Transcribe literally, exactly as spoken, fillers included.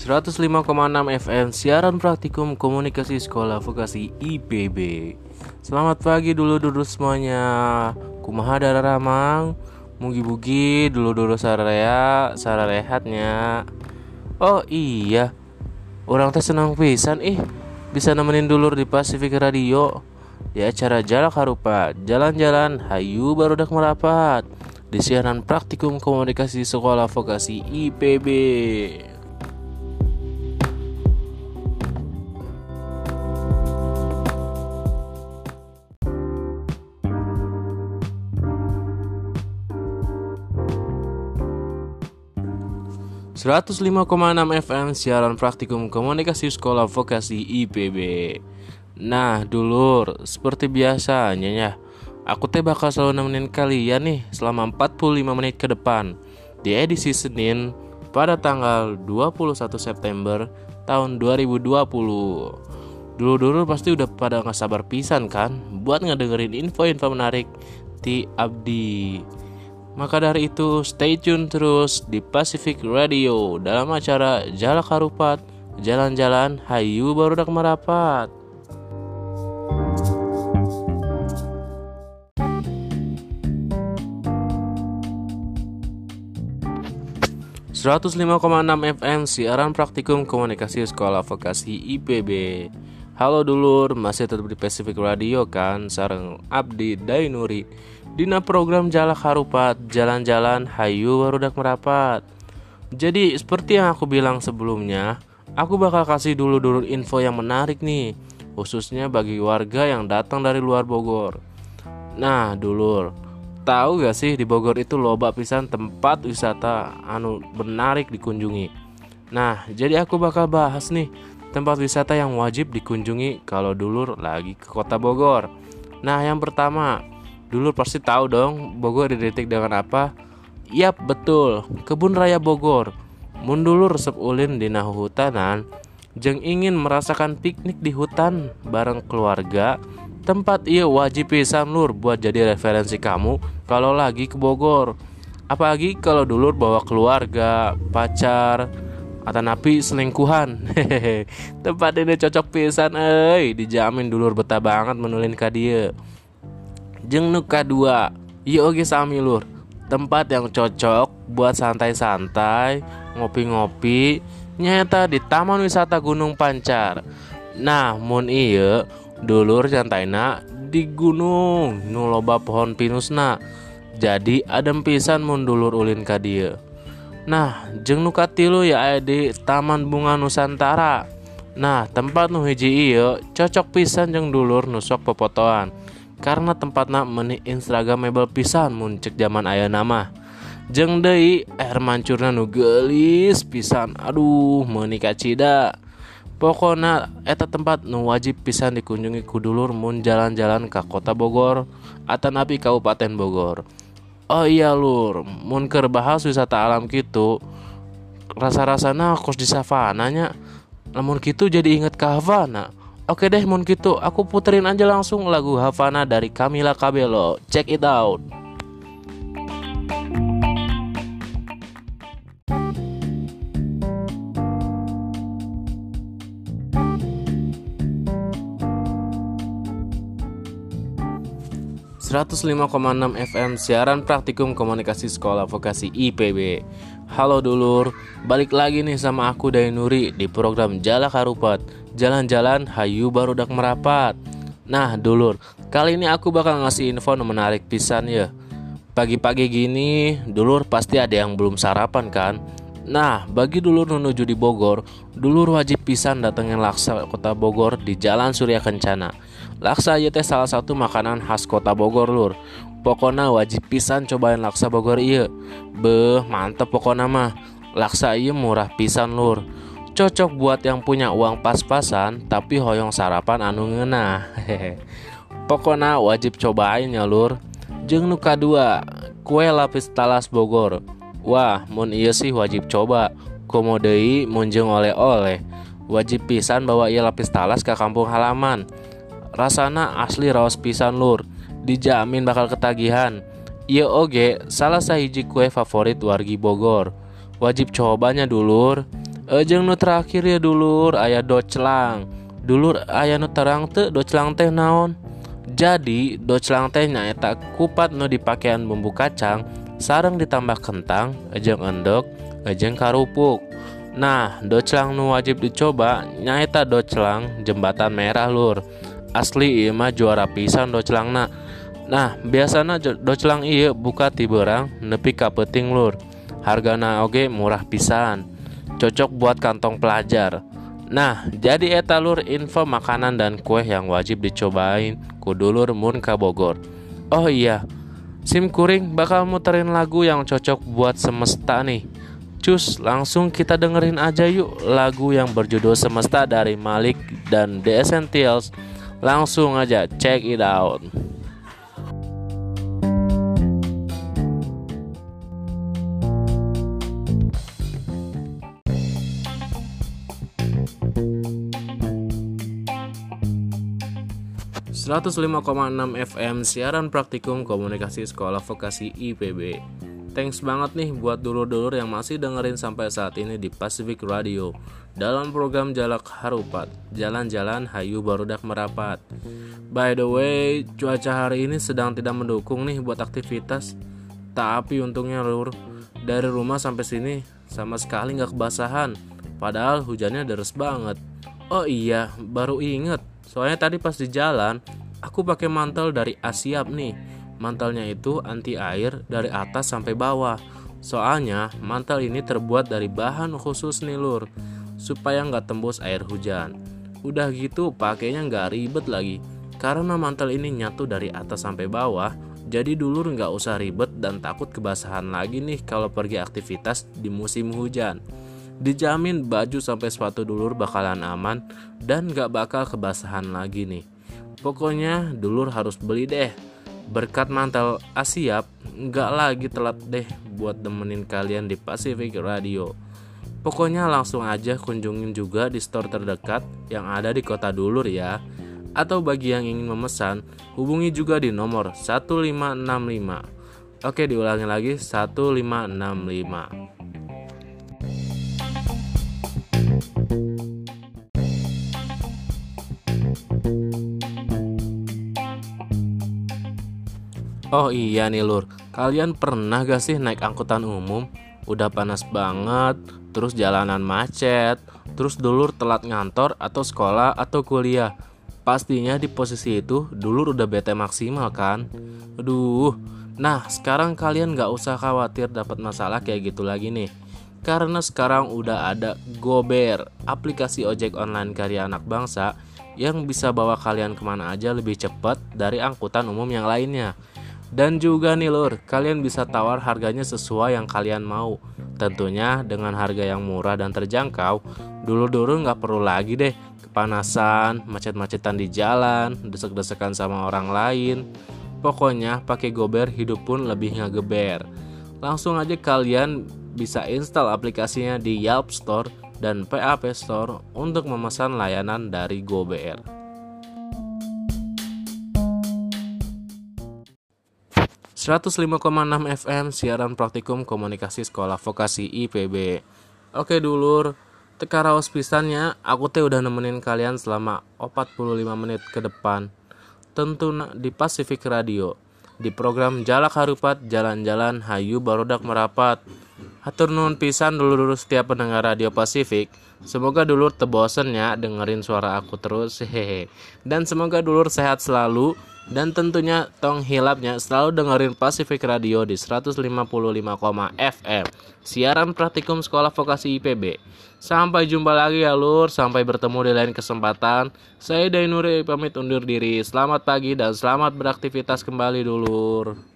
seratus lima koma enam F M siaran praktikum komunikasi sekolah vokasi I P B. Selamat pagi dulu-dulu semuanya. Kumaha dararamang, mugi-mugi dulu-dulu sararea, sararehatnya. Oh iya, orang teh senang pisan ih bisa nemenin dulur di Pasifik Radio di acara Jalak Harupat, jalan-jalan hayu barudak merapat di siaran praktikum komunikasi sekolah vokasi I P B. seratus lima koma enam F M siaran praktikum komunikasi sekolah vokasi I P B. Nah dulur, seperti biasanya ya, aku teh bakal selalu nemenin kalian nih selama empat puluh lima menit ke depan di edisi Senin pada tanggal dua puluh satu September tahun dua ribu dua puluh. Dulu-dulu pasti udah pada gak sabar pisan kan buat ngedengerin info-info menarik di Abdi. Maka dari itu stay tune terus di Pasifik Radio dalam acara Jalak Harupat, jalan-jalan hayu barudak merapat. seratus lima koma enam F M siaran praktikum komunikasi sekolah vokasi I P B. Halo dulur, masih tetap di Pasifik Radio kan, sareng Abdi Dainuri dina program Jalak Harupat, jalan-jalan hayu barudak merapat. Jadi seperti yang aku bilang sebelumnya, aku bakal kasih dulu-dulu info yang menarik nih, khususnya bagi warga yang datang dari luar Bogor. Nah dulur, tahu gak sih di Bogor itu loba pisan tempat wisata anu menarik dikunjungi. Nah jadi aku bakal bahas nih tempat wisata yang wajib dikunjungi kalau dulur lagi ke kota Bogor. Nah yang pertama, dulur pasti tahu dong Bogor identik dengan apa? Yap betul, Kebun Raya Bogor. Mun dulur resep ulin dina hutanan, jeung ingin merasakan piknik di hutan bareng keluarga, tempat ieu wajib pisan lur buat jadi referensi kamu kalau lagi ke Bogor. Apalagi kalau dulur bawa keluarga, pacar, atau napi selingkuhan. Hehehe. Tempat ini cocok pisan euy, dijamin dulur betah banget menulin ka dieu. Jeung nu kadua, ieu oge sami lur, tempat yang cocok buat santai-santai, ngopi-ngopi, nyaeta di Taman Wisata Gunung Pancar. Nah, mun ieu dulur santaina di gunung nu loba pohon pinusna. Jadi adem pisan mun dulur ulin ka dieu. Nah, jeung nu katilu ya aya di Taman Bunga Nusantara. Nah, tempat nu hiji ieu cocok pisan jeung dulur nu sok popotoan. Karena tempatna meuni instagramable pisan mun cek zaman ayeuna mah. Jeung deui air mancurna nu geulis pisan. Aduh, meuni kacida. Pokona eta tempat nu wajib pisan dikunjungi ku dulur mun jalan-jalan ka kota Bogor atanapi Kabupaten Bogor. Oh iya lur, mun keur bahas wisata alam kitu, rasa-rasana kos di savana nya. Lamun kitu jadi inget ka Havana. Oke deh mun gitu, aku puterin aja langsung lagu Havana dari Camila Cabello. Check it out. seratus lima koma enam F M siaran praktikum komunikasi sekolah vokasi I P B. Halo dulur, balik lagi nih sama aku Dainuri di program Jalak Harupat, jalan-jalan hayu barudak merapat. Nah dulur, kali ini aku bakal ngasih info menarik pisan ya. Pagi-pagi gini, dulur pasti ada yang belum sarapan kan? Nah, bagi dulur menuju di Bogor, dulur wajib pisan datengin laksa kota Bogor di Jalan Surya Kencana. Laksa ieu teh salah satu makanan khas kota Bogor lur. Pokona wajib pisan cobain laksa Bogor ieu. Beuh, mantep pokona mah. Laksa ieu murah pisan lur. Cocok buat yang punya uang pas-pasan tapi hoyong sarapan anu ngeunah. Pokona wajib cobain ya lur. Jeung nu kadua, kue lapis talas Bogor. Wah, mun ieu sih wajib coba. Komo deui mun jeung oleh-oleh. Wajib pisan bawa ieu lapis talas ke kampung halaman. Rasana asli raos pisan lur, dijamin bakal ketagihan. Ieu oge salah sahiji kue favorit wargi Bogor. Wajib cobanya dulur. Ejeng nu terakhir ya dulur, aya doclang. Dulur aya nu terang teu doclang teh naon? Jadi doclang teh nyaeta kupat nu dipakean bumbu kacang sareng ditambah kentang, ejeng endog, ejeng karupuk. Nah, doclang nu wajib dicoba nyaeta doclang jembatan merah lur. Asli ieu mah juara pisan doclangna. Nah, biasana doclang ieu buka ti beurang nepi ka peuting lur. Hargana oge murah pisan. Cocok buat kantong pelajar. Nah, jadi eta lur info makanan dan kue yang wajib dicobain ku dulur mun ka Bogor. Oh iya, Sim Kuring bakal muterin lagu yang cocok buat semesta nih. Cus, langsung kita dengerin aja yuk lagu yang berjudul Semesta dari Malik dan The Essentials. Langsung aja check it out. seratus lima koma enam F M siaran praktikum komunikasi sekolah vokasi I P B. Thanks banget nih buat dulur-dulur yang masih dengerin sampai saat ini di Pacific Radio dalam program Jalak Harupat, Jalan-Jalan Hayu Barudak Merapat. By the way, cuaca hari ini sedang tidak mendukung nih buat aktivitas. Tapi untungnya lur, dari rumah sampai sini sama sekali gak kebasahan. Padahal hujannya deres banget. Oh iya, baru inget. Soalnya tadi pas di jalan, aku pakai mantel dari Asiap nih. Mantelnya itu anti air dari atas sampai bawah. Soalnya mantel ini terbuat dari bahan khusus nih lur, supaya nggak tembus air hujan. Udah gitu pakainya nggak ribet lagi, karena mantel ini nyatu dari atas sampai bawah. Jadi dulur nggak usah ribet dan takut kebasahan lagi nih kalau pergi aktivitas di musim hujan. Dijamin baju sampai sepatu dulur bakalan aman dan nggak bakal kebasahan lagi nih. Pokoknya dulur harus beli deh. Berkat mantel Asiap, nggak lagi telat deh buat nemenin kalian di Pacific Radio. Pokoknya langsung aja kunjungin juga di store terdekat yang ada di kota dulur ya. Atau bagi yang ingin memesan, hubungi juga di nomor satu lima enam lima. Oke, diulangi lagi satu lima enam lima. Oh iya nih lur, kalian pernah gak sih naik angkutan umum? Udah panas banget, terus jalanan macet, terus dulur telat ngantor atau sekolah atau kuliah. Pastinya di posisi itu dulur udah bete maksimal kan? Aduh, nah sekarang kalian gak usah khawatir dapat masalah kayak gitu lagi nih. Karena sekarang udah ada Gober, aplikasi ojek online karya anak bangsa yang bisa bawa kalian kemana aja lebih cepat dari angkutan umum yang lainnya. Dan juga nih lur, kalian bisa tawar harganya sesuai yang kalian mau. Tentunya dengan harga yang murah dan terjangkau. Dulu-dulu gak perlu lagi deh kepanasan, macet-macetan di jalan, desek-desekan sama orang lain. Pokoknya pakai Gober hidup pun lebih ngegeber. Langsung aja kalian bisa install aplikasinya di Yelp Store dan P A P Store untuk memesan layanan dari Gober. seratus lima koma enam F M siaran praktikum komunikasi sekolah vokasi I P B. Oke dulur, teka raos pisannya aku teh udah nemenin kalian selama empat puluh lima menit ke depan. Tentu di Pacific Radio, di program Jalak Harupat, Jalan-Jalan Hayu Barudak Merapat. Hatur nuhun pisan dulur-dulur setiap pendengar Radio Pasifik. Semoga dulur tebosen ya dengerin suara aku terus, hehehe. Dan semoga dulur sehat selalu. Dan tentunya tong hilapnya selalu dengerin Pacific Radio di seratus lima puluh lima F M siaran praktikum sekolah vokasi I P B. Sampai jumpa lagi ya lur, sampai bertemu di lain kesempatan. Saya Dainuri pamit undur diri. Selamat pagi dan selamat beraktivitas kembali dulur.